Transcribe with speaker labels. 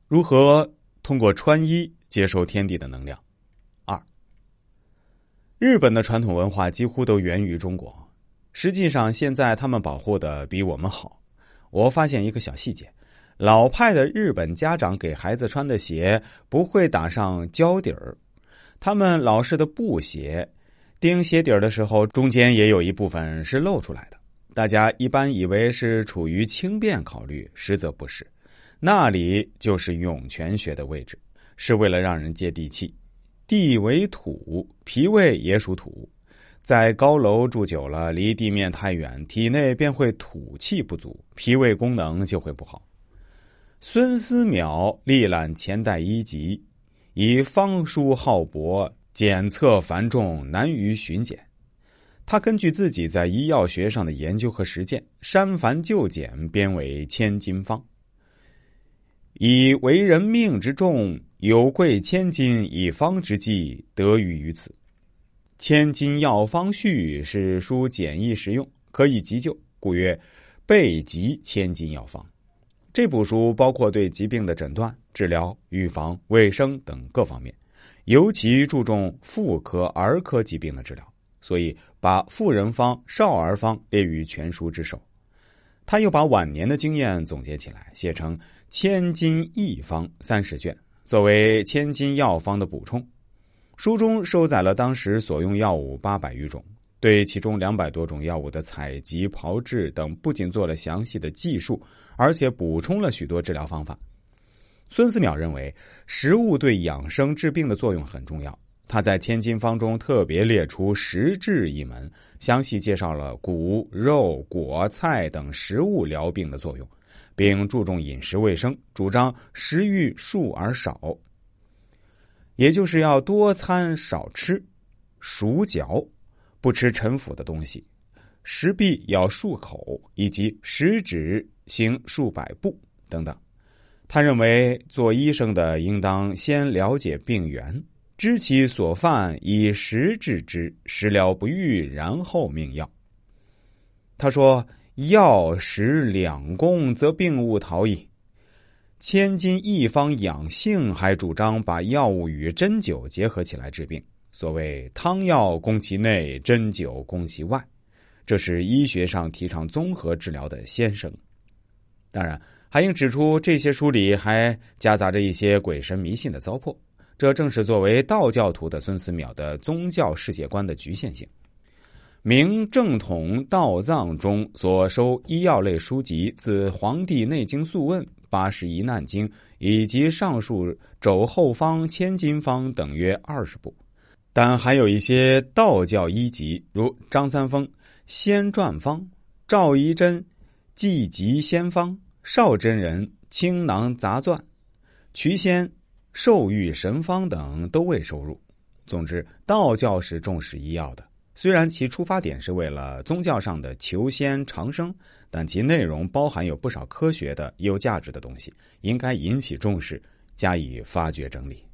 Speaker 1: 如何通过穿衣接收天地的能量。二，日本的传统文化几乎都源于中国，实际上现在他们保护的比我们好。我发现一个小细节，老派的日本家长给孩子穿的鞋不会打上胶底儿，他们老式的布鞋钉鞋底儿的时候，中间也有一部分是露出来的。大家一般以为是出于轻便考虑，实则不是，那里就是涌泉穴的位置，是为了让人接地气。地为土，脾胃也属土，在高楼住久了，离地面太远，体内便会土气不足，脾胃功能就会不好。孙思邈历览前代医籍，以方书浩博，检测繁重，难于巡检。他根据自己在医药学上的研究和实践，删繁就简，编为千金方，以为人命之重，有贵千金以方之计，得于此。千金药方序是书简易实用，可以急救，故曰备急千金药方。这部书包括对疾病的诊断、治疗、预防、卫生等各方面，尤其注重妇科、儿科疾病的治疗，所以把妇人方、少儿方列于全书之首。他又把晚年的经验总结起来，写成千金一方30卷，作为千金药方的补充。书中收载了当时所用药物800余种，对其中200多种药物的采集、炮制等不仅做了详细的记述，而且补充了许多治疗方法。孙思邈认为食物对养生治病的作用很重要，他在千金方中特别列出食治一门，详细介绍了谷、肉、果、菜等食物疗病的作用，并注重饮食卫生，主张食欲数而少，也就是要多餐少吃，熟嚼，不吃陈腐的东西，食毕要漱口，以及食指行数百步等等。他认为做医生的应当先了解病源，知其所犯，以食治之，食疗不愈，然后命药。他说药食两功，则病勿逃矣。千金一方养性还主张把药物与针灸结合起来治病，所谓汤药攻其内，针灸攻其外，这是医学上提倡综合治疗的先声。当然还应指出，这些书里还夹杂着一些鬼神迷信的糟粕，这正是作为道教徒的孙思邈的宗教世界观的局限性。明正统道藏中所收医药类书籍，自《黄帝内经素问》、《80疑难经》以及上述肘后方、千金方等约20部，但还有一些道教医籍，如张三丰仙传方、赵仪真济疾仙方、邵真人青囊杂传、瞿仙寿愈神方等都未收入。总之，道教是重视医药的，虽然其出发点是为了宗教上的求仙长生，但其内容包含有不少科学的有价值的东西，应该引起重视，加以发掘整理。